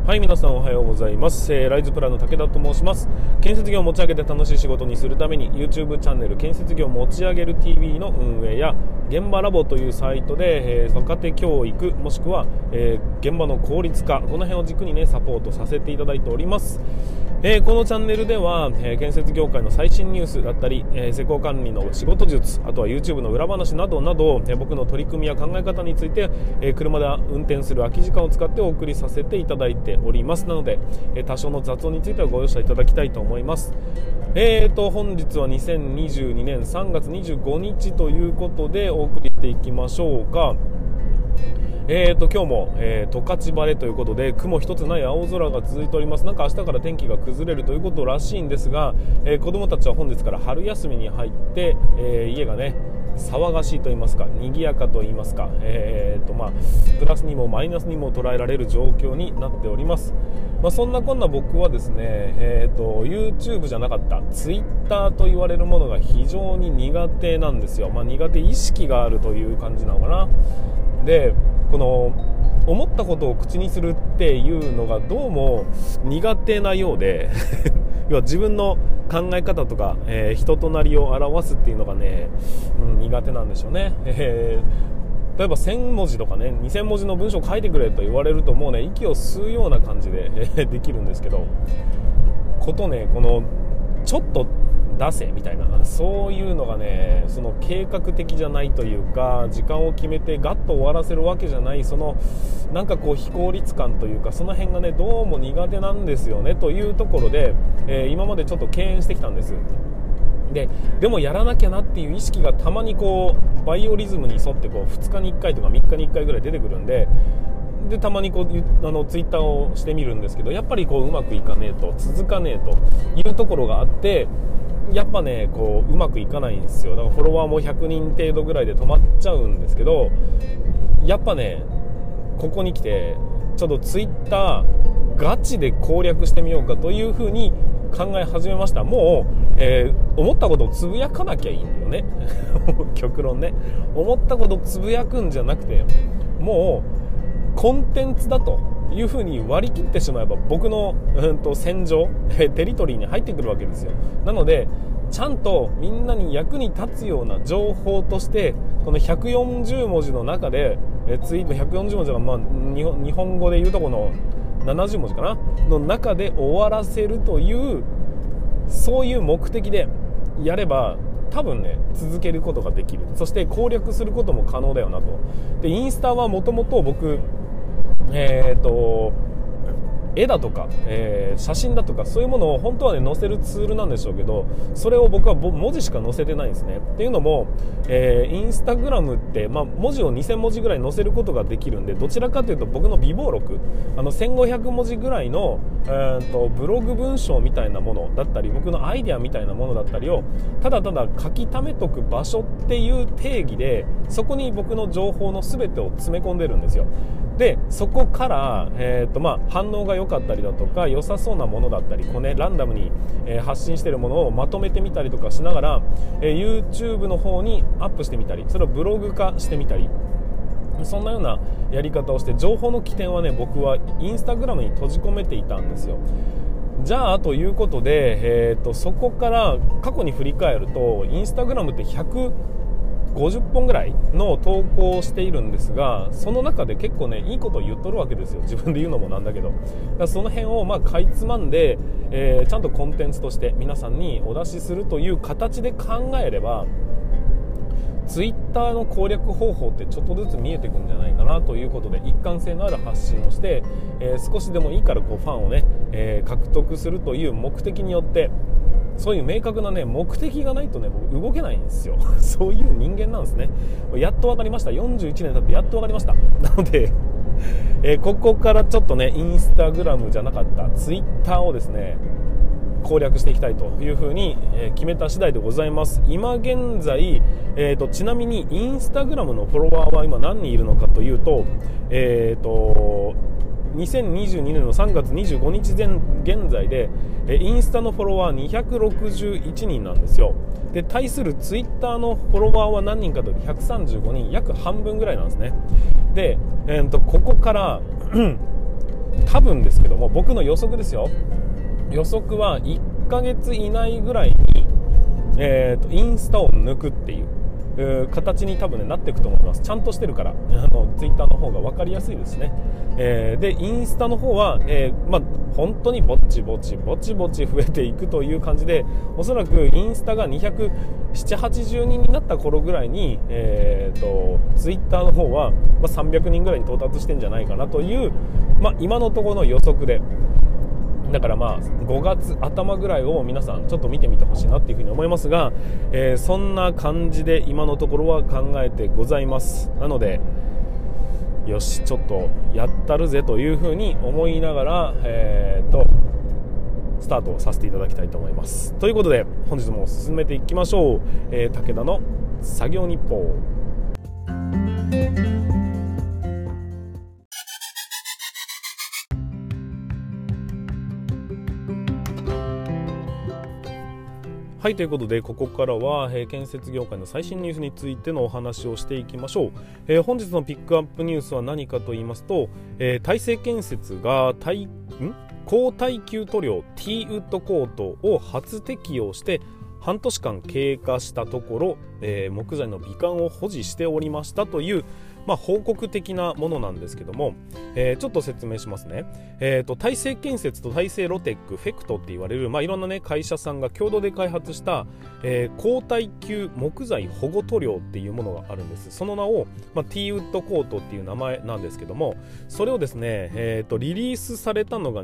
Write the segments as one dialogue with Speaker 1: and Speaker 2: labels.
Speaker 1: はい、皆さんおはようございます。ライズプラの武田と申します。建設業を持ち上げて楽しい仕事にするために YouTube チャンネル建設業を持ち上げる TV の運営や現場ラボというサイトで、若手教育もしくは、現場の効率化、この辺を軸にねサポートさせていただいております。このチャンネルでは、建設業界の最新ニュースだったり、施工管理の仕事術、あとは YouTube の裏話などなど、僕の取り組みや考え方について、車で運転する空き時間を使ってお送りさせていただいておりますので、多少の雑音についてはご容赦いただきたいと思います。本日は2022年3月25日ということでお送りしていきましょうか。今日も、十勝晴れということで雲一つない青空が続いております。なんか明日から天気が崩れるということらしいんですが、子どもたちは本日から春休みに入って、家がね騒がしいと言いますか賑やかと言いますか、プラスにもマイナスにも捉えられる状況になっております。そんなこんな僕はですね、YouTube じゃなかった Twitter と言われるものが非常に苦手なんですよ。苦手意識があるという感じなのかな。でこの思ったことを口にするっていうのがどうも苦手なようで要は自分の考え方とか、人となりを表すっていうのがね、苦手なんでしょうね。例えば1000文字とかね2000文字の文章を書いてくれと言われるともうね息を吸うような感じでできるんですけど、ことねこのちょっと出せみたいなそういうのがねその計画的じゃないというか時間を決めてガッと終わらせるわけじゃないそのなんかこう非効率感というかその辺がねどうも苦手なんですよねというところで、今までちょっと敬遠してきたんです。でもやらなきゃなっていう意識がたまにこうバイオリズムに沿ってこう2日に1回とか3日に1回ぐらい出てくるんでたまにこうツイッターをしてみるんですけどやっぱりこううまくいかねえと続かねえというところがあってやっぱねこううまくいかないんですよ。だからフォロワーも100人程度ぐらいで止まっちゃうんですけどやっぱねここに来てちょっとツイッターガチで攻略してみようかというふうに考え始めました。もう、思ったことをつぶやかなきゃいいんだよね極論ね思ったことをつぶやくんじゃなくてもうコンテンツだというふうに割り切ってしまえば僕の、戦場テリトリーに入ってくるわけですよ。なのでちゃんとみんなに役に立つような情報としてこの140文字の中でツイート140文字が、日本語で言うとこの70文字かなの中で終わらせるというそういう目的でやれば多分ね続けることができる。そして攻略することも可能だよなと。でインスタはもともと僕絵だとか、写真だとかそういうものを本当はね載せるツールなんでしょうけどそれを僕は文字しか載せてないんですね。っていうのも、インスタグラムって、文字を2000文字ぐらい載せることができるんでどちらかというと僕の備忘録1500文字ぐらいの、ブログ文章みたいなものだったり僕のアイデアみたいなものだったりをただただ書き溜めとく場所っていう定義でそこに僕の情報の全てを詰め込んでるんですよ。でそこから、反応が良かったりだとか良さそうなものだったりランダムに、発信しているものをまとめてみたりとかしながら、YouTube の方にアップしてみたりそれをブログ化してみたりそんなようなやり方をして情報の起点はね僕はインスタグラムに閉じ込めていたんですよ。じゃあということで、そこから過去に振り返るとインスタグラムって150本ぐらいの投稿をしているんですがその中で結構ねいいことを言っとるわけですよ。自分で言うのもなんだけどだからその辺をかいつまんで、ちゃんとコンテンツとして皆さんにお出しするという形で考えればツイッターの攻略方法ってちょっとずつ見えてくるんじゃないかなということで一貫性のある発信をして、少しでもいいからこうファンをね、獲得するという目的によってそういう明確なね目的がないとね僕動けないんですよそういう人間なんですね。やっと分かりました。41年経ってやっと分かりました。なので、ここからちょっとねインスタグラムじゃなかったツイッターをですね攻略していきたいというふうに決めた次第でございます。今現在、ちなみにインスタグラムのフォロワーは今何人いるのかというと、2022年の3月25日現在でインスタのフォロワー261人なんですよ。で対するツイッターのフォロワーは何人かというと135人約半分ぐらいなんですね。で、ここから多分ですけども、僕の予測ですよ。予測は1ヶ月以内ぐらいに、インスタを抜くっていう形に多分ねなっていくと思います。ちゃんとしてるからツイッターの方が分かりやすいですね。でインスタの方は、本当にぼちぼち増えていくという感じで、おそらくインスタが270-80人になった頃ぐらいに、ツイッターの方は、300人ぐらいに到達してんじゃないかなという、今のところの予測で、だから5月頭ぐらいを皆さんちょっと見てみてほしいなっていうふうに思いますが、そんな感じで今のところは考えてございます。なのでよしちょっとやったるぜというふうに思いながら、スタートさせていただきたいと思います。ということで本日も進めていきましょう。武田の作業日報。はい、ということでここからは、建設業界の最新ニュースについてのお話をしていきましょう。本日のピックアップニュースは何かと言いますと、大成建設が高耐久塗料 T ウッドコートを初適用して半年間経過したところ、木材の美観を保持しておりましたという、報告的なものなんですけども、ちょっと説明しますね。大成建設と大成ロテックフェクトって言われる、いろんな、会社さんが共同で開発した、高耐久木材保護塗料っていうものがあるんです。その名を、T ウッドコートっていう名前なんですけども、それをですね、リリースされたのが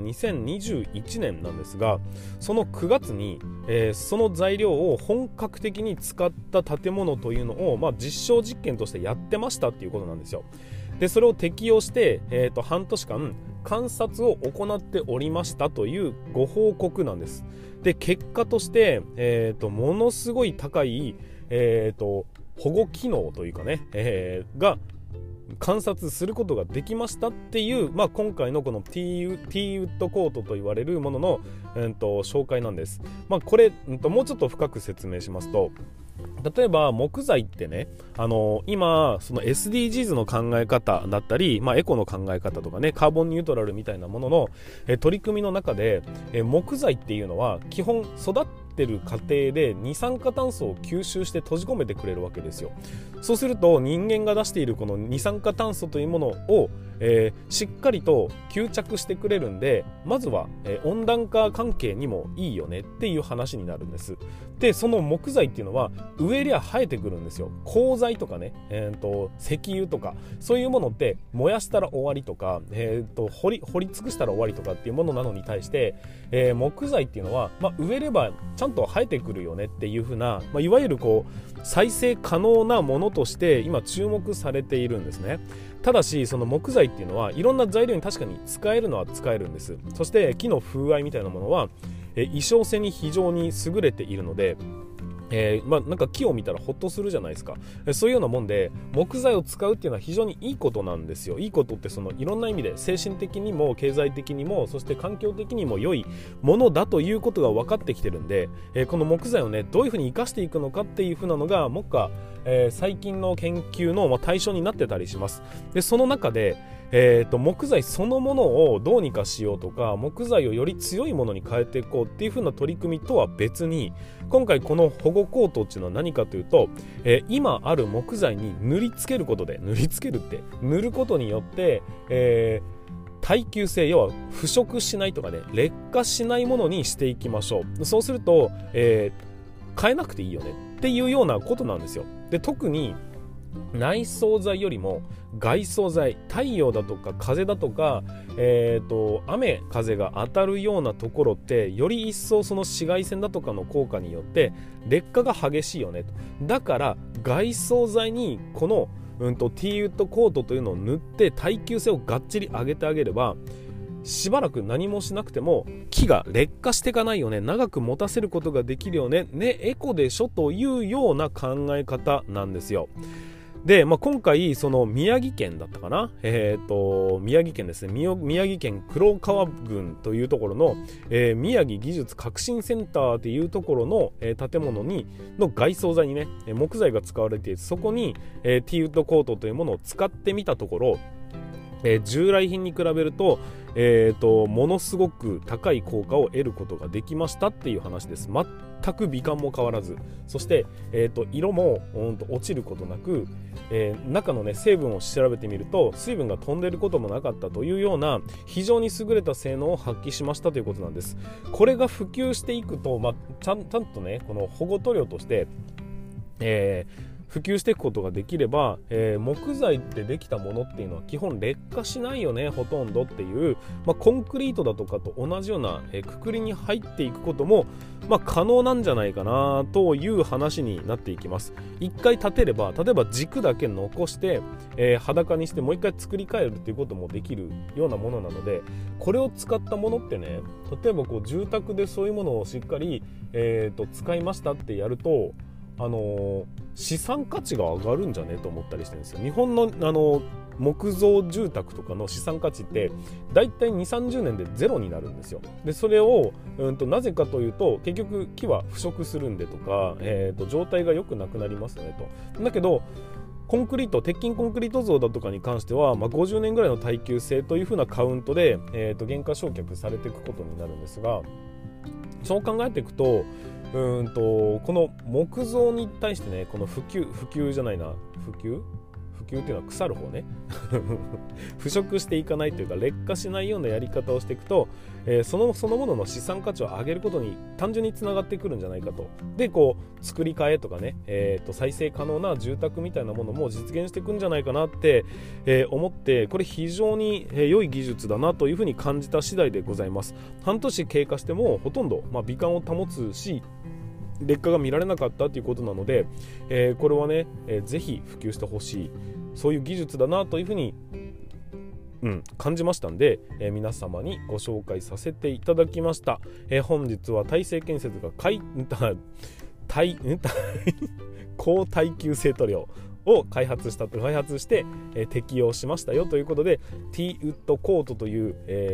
Speaker 1: 2021年なんですが、その9月に、その材料を本格的に使った建物というのを、実証実験としてやってましたっていうことなんですよ。でそれを適用して、半年間観察を行っておりましたというご報告なんです。で結果として、ものすごい高い、保護機能というかね、が観察することができましたっていう、今回のこの T ウッドコートと言われるものの、紹介なんです。これ、もうちょっと深く説明しますと、例えば木材ってね、今その SDGs の考え方だったり、エコの考え方とかね、カーボンニュートラルみたいなものの、取り組みの中で、木材っていうのは基本育ってる過程で二酸化炭素を吸収して閉じ込めてくれるわけですよ。そうすると人間が出しているこの二酸化炭素というものを、しっかりと吸着してくれるんで、まずは、温暖化関係にもいいよねっていう話になるんです。でその木材っていうのは植えりゃ生えてくるんですよ。鋼材とかね、石油とかそういうものって燃やしたら終わりとか、掘り尽くしたら終わりとかっていうものなのに対して、木材っていうのは、植えればちゃんと生えてくるよねっていう風な、いわゆるこう再生可能なものとして今注目されているんですね。ただしその木材っていうのはいろんな材料に確かに使えるのは使えるんです。そして木の風合いみたいなものは衣装性に非常に優れているので、なんか木を見たらホッとするじゃないですか。そういうようなもんで木材を使うっていうのは非常にいいことなんですよ。いいことってそのいろんな意味で精神的にも経済的にもそして環境的にも良いものだということが分かってきてるんで、この木材をねどういうふうに生かしていくのかっていうふうなのが目下、最近の研究の対象になってたりします。でその中で木材そのものをどうにかしようとか木材をより強いものに変えていこうっていう風な取り組みとは別に、今回この保護コートっていうのは何かというと、今ある木材に塗りつけることで、塗ることによって、耐久性、要は腐食しないとかね、劣化しないものにしていきましょう。そうすると、変えなくていいよねっていうようなことなんですよ。で特に内装材よりも外装材、太陽だとか風だとか、雨風が当たるようなところってより一層その紫外線だとかの効果によって劣化が激しいよねと。だから外装材にこのT ウッドコートというのを塗って耐久性をがっちり上げてあげれば、しばらく何もしなくても木が劣化していかないよね、長く持たせることができるよね、エコでしょというような考え方なんですよ。で、今回その宮城県だったかな、宮城県ですね、宮城県黒川郡というところの、宮城技術革新センターというところの、建物の外装材にね木材が使われている、そこに、T ウッドコートというものを使ってみたところ、従来品に比べると、 ものすごく高い効果を得ることができましたっていう話です。全く美観も変わらず、そして、色も落ちることなく、中の、ね、成分を調べてみると水分が飛んでいることもなかったというような非常に優れた性能を発揮しましたということなんです。これが普及していくと、ちゃんとねこの保護塗料として、普及していくことができれば、木材でできたものっていうのは基本劣化しないよね、ほとんどっていう、コンクリートだとかと同じような、くくりに入っていくことも、可能なんじゃないかなという話になっていきます。一回建てれば、例えば軸だけ残して、裸にしてもう一回作り変えるっていうこともできるようなものなので、これを使ったものってね、例えばこう住宅でそういうものをしっかり、使いましたってやると、資産価値が上がるんじゃねと思ったりしてるんですよ。日本の木造住宅とかの資産価値ってだいたい 2,30 年でゼロになるんですよ。でそれを、なぜかというと結局木は腐食するんでとか、状態が良くなくなりますよねと。だけどコンクリート、鉄筋コンクリート像だとかに関しては、50年ぐらいの耐久性というふうなカウントで、減価償却されていくことになるんですが、そう考えていくとこの木造に対してね、この普及じゃないな、普及っていうのは腐る方ね腐食していかないというか劣化しないようなやり方をしていくと、そのものの資産価値を上げることに単純につながってくるんじゃないかと。でこう作り変えとかね、再生可能な住宅みたいなものも実現していくんじゃないかなって、思って、これ非常に良い技術だなというふうに感じた次第でございます。半年経過してもほとんど、美観を保つし劣化が見られなかったということなので、これはね、ぜひ普及してほしい、そういう技術だなというふうに、感じましたんで、皆様にご紹介させていただきました。本日は大成建設が高耐久性塗料を開発して、適用しましたよということで T ウッドコートという、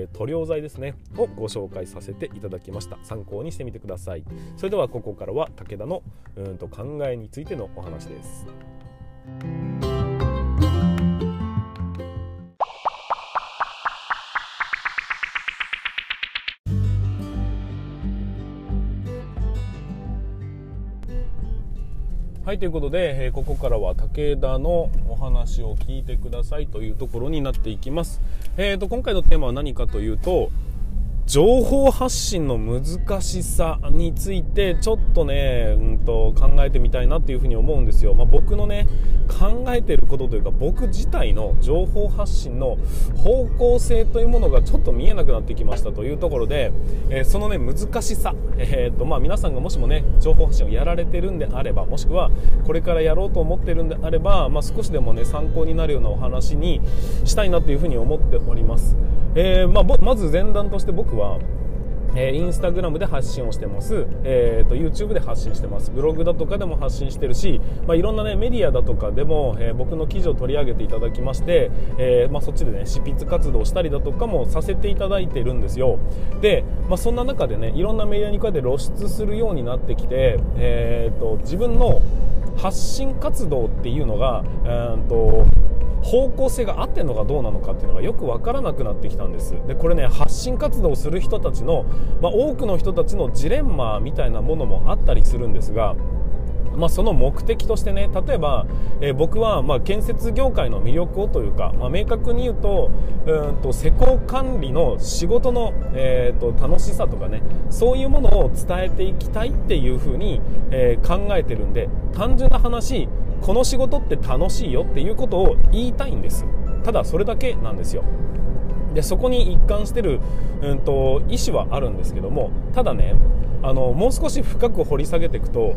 Speaker 1: 塗料剤ですねをご紹介させていただきました。参考にしてみてください。それではここからは武田の考えについてのお話です。はい、ということで、ここからは武田のお話を聞いてくださいというところになっていきます。今回のテーマは何かというと、情報発信の難しさについてちょっとね、考えてみたいなというふうに思うんですよ。僕のね考えていることというか、僕自体の情報発信の方向性というものがちょっと見えなくなってきましたというところで、そのね難しさ、皆さんがもしもね情報発信をやられてるんであれば、もしくはこれからやろうと思ってるんであれば、少しでもね参考になるようなお話にしたいなというふうに思っております。まず前段として僕はインスタグラムで発信をしてます、YouTube で発信してます、ブログだとかでも発信してるし、いろんな、ね、メディアだとかでも、僕の記事を取り上げていただきまして、そっちで、ね、執筆活動したりだとかもさせていただいてるんですよ。で、そんな中でねいろんなメディアにこうやって露出するようになってきて、自分の発信活動っていうのが方向性が合ってるのかどうなのかっていうのがよく分からなくなってきたんです。でこれね、発信活動をする人たちの、多くの人たちのジレンマみたいなものもあったりするんですが、その目的としてね、例えば、僕は建設業界の魅力をというか、明確に言うと、施工管理の仕事の、楽しさとかね、そういうものを伝えていきたいっていうふうに、考えてるんで、単純な話、この仕事って楽しいよっていうことを言いたいんです。ただそれだけなんですよ。でそこに一貫してる、意思はあるんですけども、ただねもう少し深く掘り下げていくと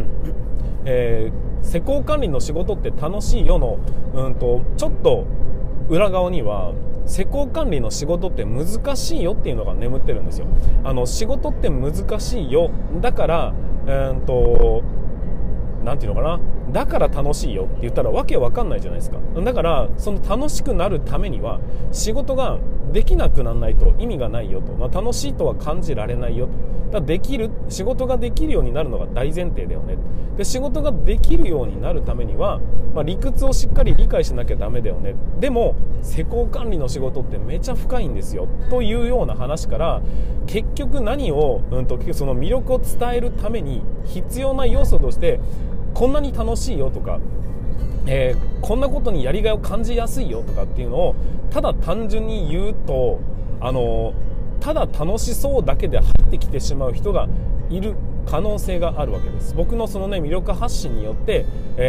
Speaker 1: 施工管理の仕事って楽しいよの、ちょっと裏側には施工管理の仕事って難しいよっていうのが眠ってるんですよ。仕事って難しいよ、だからなんていうのかな、 だから楽しいよって言ったらわけわかんないじゃないですか。だからその楽しくなるためには仕事ができなくならないと意味がないよと、楽しいとは感じられないよと。だから仕事ができるようになるのが大前提だよね。で仕事ができるようになるためには、理屈をしっかり理解しなきゃダメだよね。でも施工管理の仕事ってめちゃ深いんですよというような話から、結局何を、その魅力を伝えるために必要な要素として、こんなに楽しいよとか、こんなことにやりがいを感じやすいよとかっていうのをただ単純に言うと、ただ楽しそうだけで入ってきてしまう人がいる可能性があるわけです。僕のそのね、魅力発信によって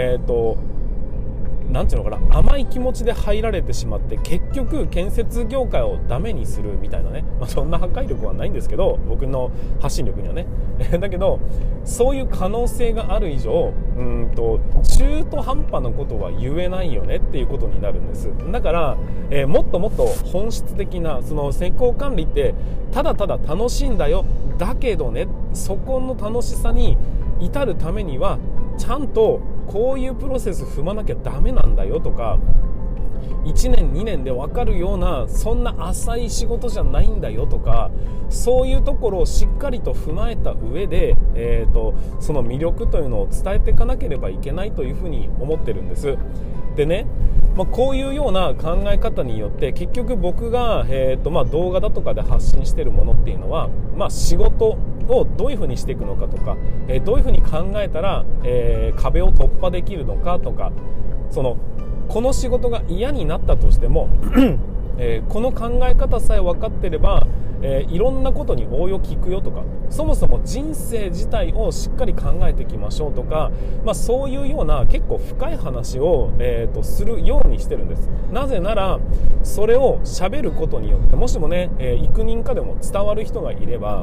Speaker 1: なんていうのかな、甘い気持ちで入られてしまって、結局建設業界をダメにするみたいなね、そんな破壊力はないんですけど、僕の発信力にはねだけどそういう可能性がある以上、中途半端なことは言えないよねっていうことになるんです。だから、もっともっと本質的な、その施工管理ってただただ楽しいんだよ、だけどね、そこの楽しさに至るためにはちゃんとこういうプロセス踏まなきゃダメなんだよとか、1年2年で分かるようなそんな浅い仕事じゃないんだよとか、そういうところをしっかりと踏まえた上で、その魅力というのを伝えていかなければいけないというふうに思ってるんです。でね、こういうような考え方によって結局僕が、動画だとかで発信しているものっていうのは、仕事をどういうふうにしていくのかとか、どういうふうに考えたら、壁を突破できるのかとか、この仕事が嫌になったとしてもこの考え方さえ分かってれば、いろんなことに応用効くよとか、そもそも人生自体をしっかり考えていきましょうとか、そういうような結構深い話を、するようにしてるんです。なぜならそれを喋ることによって、もしもね、幾人かでも伝わる人がいれば、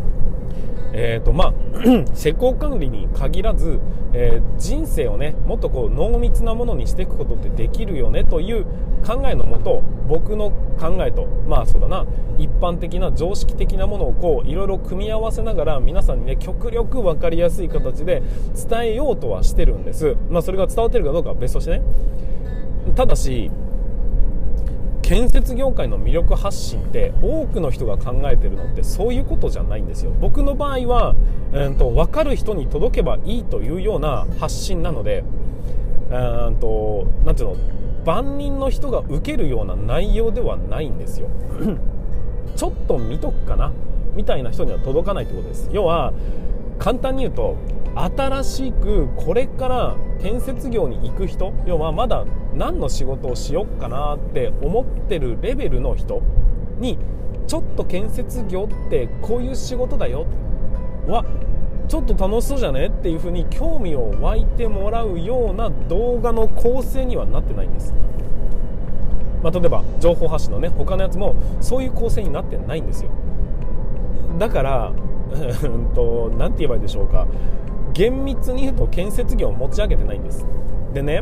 Speaker 1: 施工管理に限らず、人生をね、もっと濃密なものにしていくことってできるよねという考えのもと、僕の考えと、そうだな、一般的な常識的なものをいろいろ組み合わせながら皆さんにね、極力分かりやすい形で伝えようとはしてるんです。それが伝わってるかどうかは別としてね。ただし建設業界の魅力発信って多くの人が考えてるのってそういうことじゃないんですよ。僕の場合は、分かる人に届けばいいというような発信なので、なんていうの、万人の人が受けるような内容ではないんですよちょっと見とくかなみたいな人には届かないってことです。要は簡単に言うと、新しくこれから建設業に行く人、要はまだ何の仕事をしよっかなって思ってるレベルの人に、ちょっと建設業ってこういう仕事だよ、ちょっと楽しそうじゃねっていう風に興味を湧いてもらうような動画の構成にはなってないんです。例えば情報発信のね、他のやつもそういう構成になってないんですよ。だからなんて言えばいいでしょうか、厳密に言うと建設業を持ち上げてないんです。でね、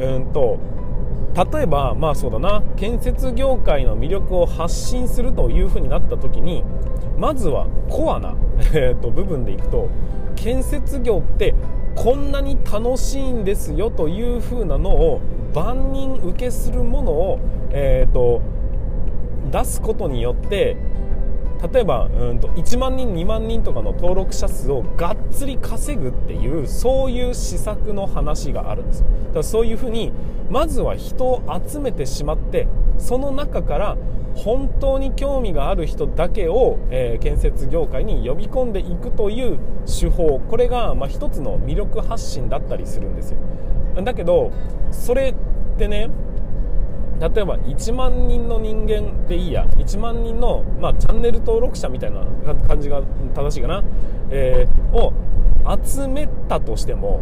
Speaker 1: 例えばそうだな、建設業界の魅力を発信するという風になった時に、まずはコアな部分でいくと、建設業ってこんなに楽しいんですよという風なのを万人受けするものを、出すことによって、例えば1万人2万人とかの登録者数をがっつり稼ぐっていう、そういう施策の話があるんですよ。だからそういうふうにまずは人を集めてしまって、その中から本当に興味がある人だけを、建設業界に呼び込んでいくという手法、これが一つの魅力発信だったりするんですよ。だけどそれってね、例えば1万人の人間でいいや、1万人の、チャンネル登録者みたいな感じが正しいかな、を集めたとしても、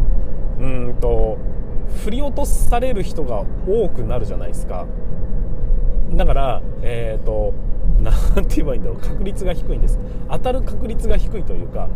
Speaker 1: 振り落とされる人が多くなるじゃないですか。だからなんて言えばいいんだろう、確率が低いんです。当たる確率が低いというか、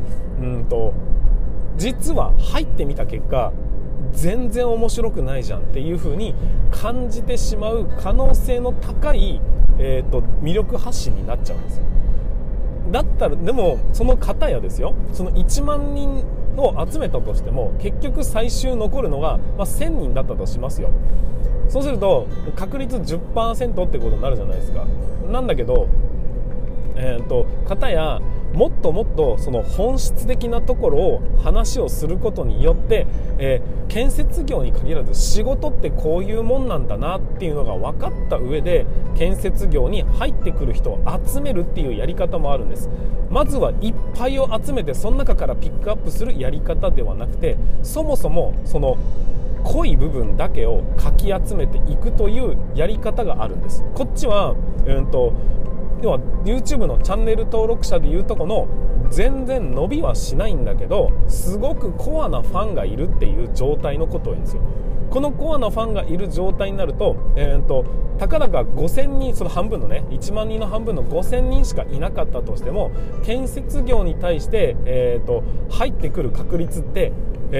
Speaker 1: 実は入ってみた結果全然面白くないじゃんっていう風に感じてしまう可能性の高い、魅力発信になっちゃうんですよ。だったらでもその方やですよ、その1万人を集めたとしても結局最終残るのが、1000人だったとしますよ。そうすると確率 10% ってことになるじゃないですか。なんだけど片やもっともっとその本質的なところを話をすることによって、建設業に限らず仕事ってこういうもんなんだなっていうのが分かった上で建設業に入ってくる人を集めるっていうやり方もあるんです。まずはいっぱいを集めてその中からピックアップするやり方ではなくて、そもそもその濃い部分だけをかき集めていくというやり方があるんです。こっちは要は YouTube のチャンネル登録者でいうとこの全然伸びはしないんだけどすごくコアなファンがいるっていう状態のことを言うんですよ。このコアなファンがいる状態になると、たかだか5000人、その半分のね1万人の半分の5000人しかいなかったとしても建設業に対して、入ってくる確率って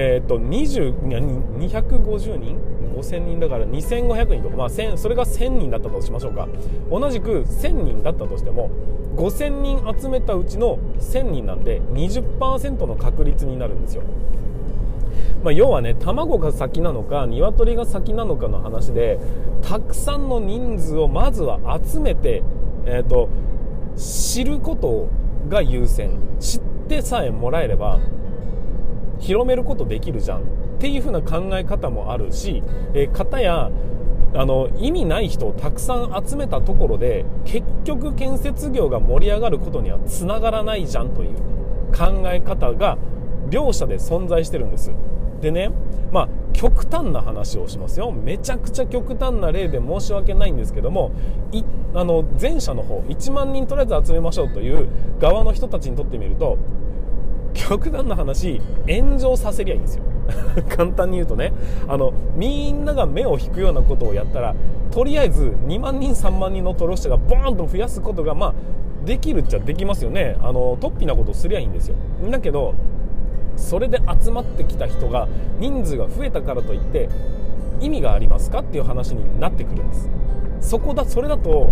Speaker 1: 250人5000人だから2500人とか、それが1000人だったとしましょうか。同じく1000人だったとしても5000人集めたうちの1000人なんで 20% の確率になるんですよ。要はね、卵が先なのか鶏が先なのかの話で、たくさんの人数をまずは集めて、知ることが優先。知ってさえもらえれば広めることできるじゃんっていう風な考え方もあるし、片や意味ない人をたくさん集めたところで結局建設業が盛り上がることにはつながらないじゃんという考え方が両者で存在してるんです。でね、極端な話をしますよ。めちゃくちゃ極端な例で申し訳ないんですけども、前者の方1万人とりあえず集めましょうという側の人たちにとってみると極端な話炎上させりゃいいんですよ簡単に言うとね、みんなが目を引くようなことをやったらとりあえず2万人3万人の登録者がボーンと増やすことができるっちゃできますよね。突飛なことをすりゃいいんですよ。だけどそれで集まってきた人が人数が増えたからといって意味がありますかっていう話になってくるんです。それだと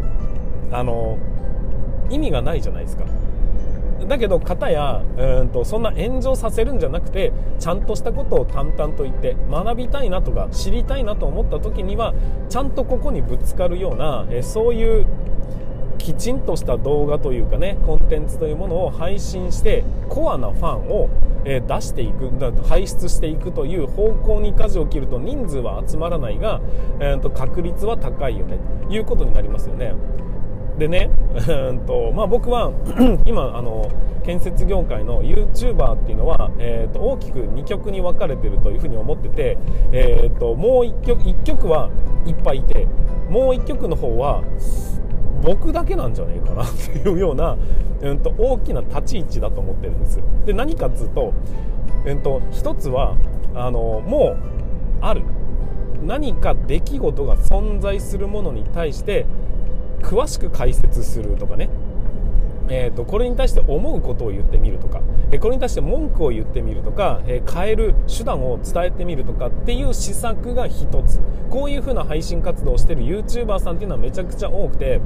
Speaker 1: 意味がないじゃないですか。だけど片やそんな炎上させるんじゃなくてちゃんとしたことを淡々と言って学びたいなとか知りたいなと思った時にはちゃんとここにぶつかるようなそういうきちんとした動画というかねコンテンツというものを配信してコアなファンを出していく、輩出していくという方向に舵を切ると人数は集まらないが、確率は高いよねということになりますよね。でね、僕は今建設業界の YouTuber っていうのは、大きく2極に分かれているというふうに思ってて、もう1極はいっぱいいてもう1極の方は僕だけなんじゃねえかなっていうような、大きな立ち位置だと思ってるんです。で何かっていうと、一つはもうある何か出来事が存在するものに対して詳しく解説するとかね、これに対して思うことを言ってみるとか、これに対して文句を言ってみるとか、変える手段を伝えてみるとかっていう施策が一つ。こういう風な配信活動をしている YouTuber さんっていうのはめちゃくちゃ多くて、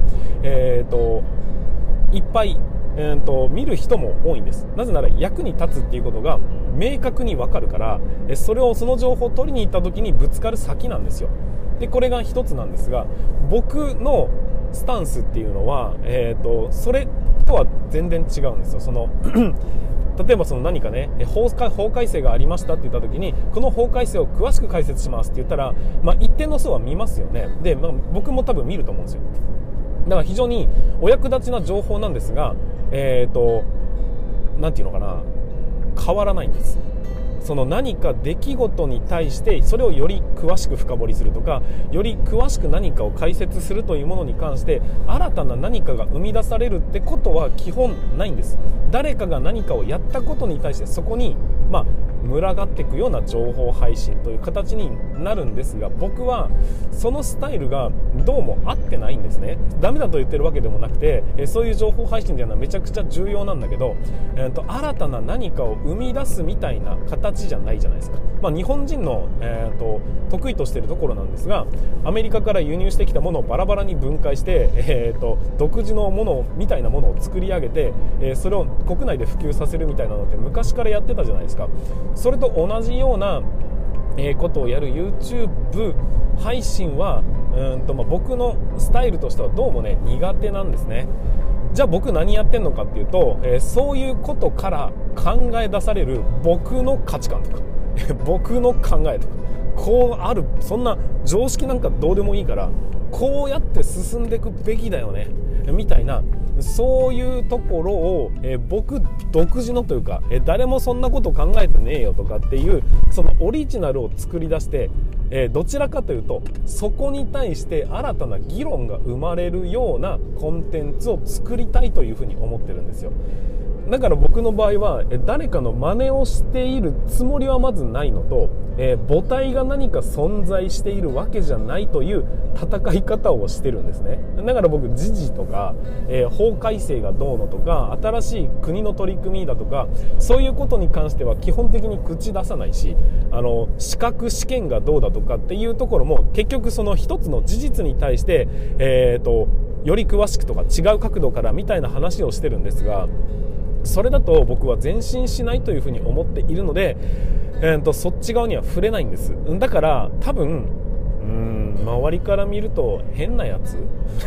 Speaker 1: いっぱい、見る人も多いんです。なぜなら役に立つっていうことが明確に分かるから、その情報を取りに行った時にぶつかる先なんですよ。でこれが一つなんですが、僕のスタンスっていうのは、それとは全然違うんですよ。例えば何かね法改正がありましたって言った時にこの法改正を詳しく解説しますって言ったら、一定の層は見ますよね。で、僕も多分見ると思うんですよ。だから非常にお役立ちな情報なんですが、なんていうのかな、変わらないんです。何か出来事に対してそれをより詳しく深掘りするとか、より詳しく何かを解説するというものに関して新たな何かが生み出されるってことは基本ないんです。誰かが何かをやったことに対してそこに群がっていくような情報配信という形になるんですが、僕はそのスタイルがどうも合ってないんですね。ダメだと言ってるわけでもなくて、そういう情報配信というのはめちゃくちゃ重要なんだけど、新たな何かを生み出すみたいな形じゃないじゃないですか。日本人の、得意としているところなんですが、アメリカから輸入してきたものをバラバラに分解して、独自のものみたいなものを作り上げて、それを国内で普及させるみたいなのって昔からやってたじゃないですか。それと同じようなことをやる YouTube 配信は僕のスタイルとしてはどうもね苦手なんですね。じゃあ僕何やってんのかっていうと、そういうことから考え出される僕の価値観とか僕の考えとか、こうある、そんな常識なんかどうでもいいからこうやって進んでいくべきだよねみたいな、そういうところを、僕独自のというか、誰もそんなこと考えてねえよとかっていうそのオリジナルを作り出して、どちらかというとそこに対して新たな議論が生まれるようなコンテンツを作りたいというふうに思ってるんですよ。だから僕の場合は誰かの真似をしているつもりはまずないのと、母体が何か存在しているわけじゃないという戦い方をしてるんですね。だから僕時事とか、法改正がどうのとか新しい国の取り組みだとかそういうことに関しては基本的に口出さないし、資格試験がどうだとかっていうところも結局その一つの事実に対して、より詳しくとか違う角度からみたいな話をしてるんですが、それだと僕は前進しないというふうに思っているので、そっち側には触れないんです。だから多分周りから見ると変なやつ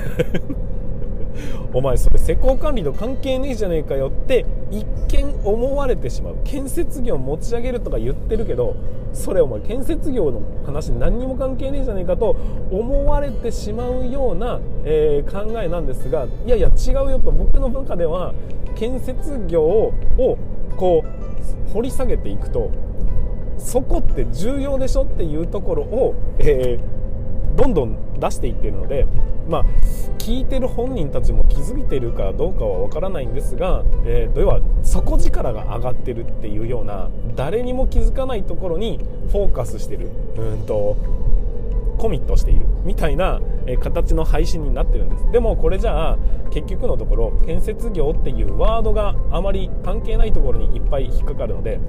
Speaker 1: お前それ施工管理と関係ねえじゃねえかよって一見思われてしまう。建設業持ち上げるとか言ってるけど、それお前建設業の話何にも関係ねえじゃねえかと思われてしまうような、考えなんですが、いやいや違うよと、僕の中では建設業をこう掘り下げていくとそこって重要でしょっていうところを、どんどん出していっているので、聞いてる本人たちも気づいているかどうかは分からないんですが、要は底力が上がってるっていうような誰にも気づかないところにフォーカスしてる、コミットしているみたいな形の配信になってるんです。でもこれじゃあ結局のところ建設業っていうワードがあまり関係ないところにいっぱい引っかかるので、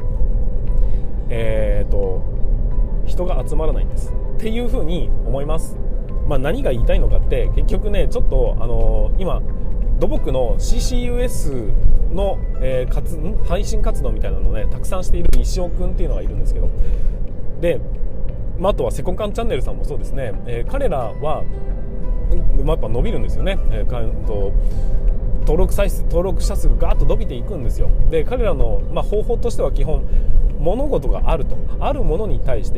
Speaker 1: 人が集まらないんですっていうふうに思います。何が言いたいのかって結局ね、ちょっと今土木の CCUS の、配信活動みたいなのをねたくさんしている石尾くんっていうのがいるんですけど、であとはセコカンチャンネルさんもそうですね、彼らは、やっぱ伸びるんですよね、登録者数がガーッと伸びていくんですよ。で彼らの、方法としては基本物事があるものに対して、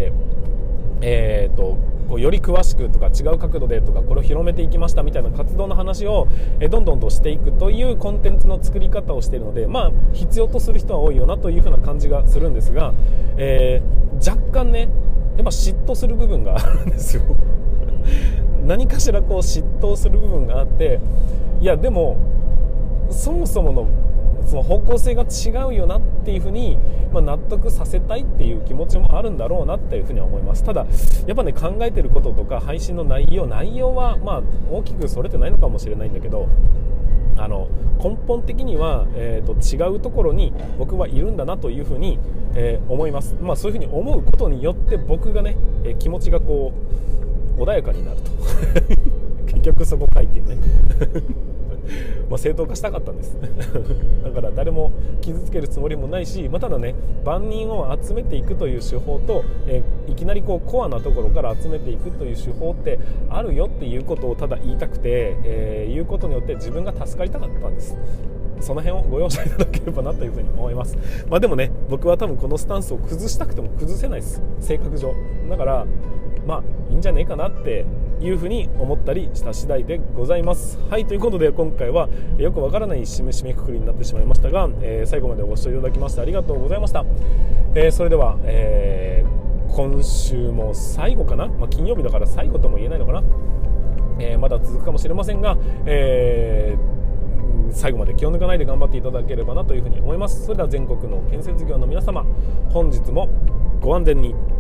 Speaker 1: より詳しくとか違う角度でとかこれを広めていきましたみたいな活動の話をどんどんとしていくというコンテンツの作り方をしているので、必要とする人は多いよなというふうな感じがするんですが、若干ねやっぱ嫉妬する部分があるんですよ何かしら嫉妬する部分があって、いやでもそもそものその方向性が違うよなっていうふうに、納得させたいっていう気持ちもあるんだろうなっていうふうには思います。ただやっぱね考えてることとか配信の内容は大きくそれてないのかもしれないんだけど、根本的には、違うところに僕はいるんだなというふうに、思います。そういうふうに思うことによって僕がね、気持ちが穏やかになると結局そこかいっていうね正当化したかったんですだから誰も傷つけるつもりもないし、ただね万人を集めていくという手法と、いきなりコアなところから集めていくという手法ってあるよっていうことをただ言いたくて、言うことによって自分が助かりたかったんです。その辺をご容赦いただければなというふうに思います。でもね僕は多分このスタンスを崩したくても崩せないです、性格上。だからいいんじゃねえかなっていうふうに思ったりした次第でございます。はい、ということで今回はよくわからない締めくくりになってしまいましたが、最後までご視聴いただきましてありがとうございました。それでは、今週も最後かな、金曜日だから最後とも言えないのかな、まだ続くかもしれませんが、 最後まで気を抜かないで頑張っていただければなというふうに思います。それでは全国の建設業の皆様、本日もご安全に。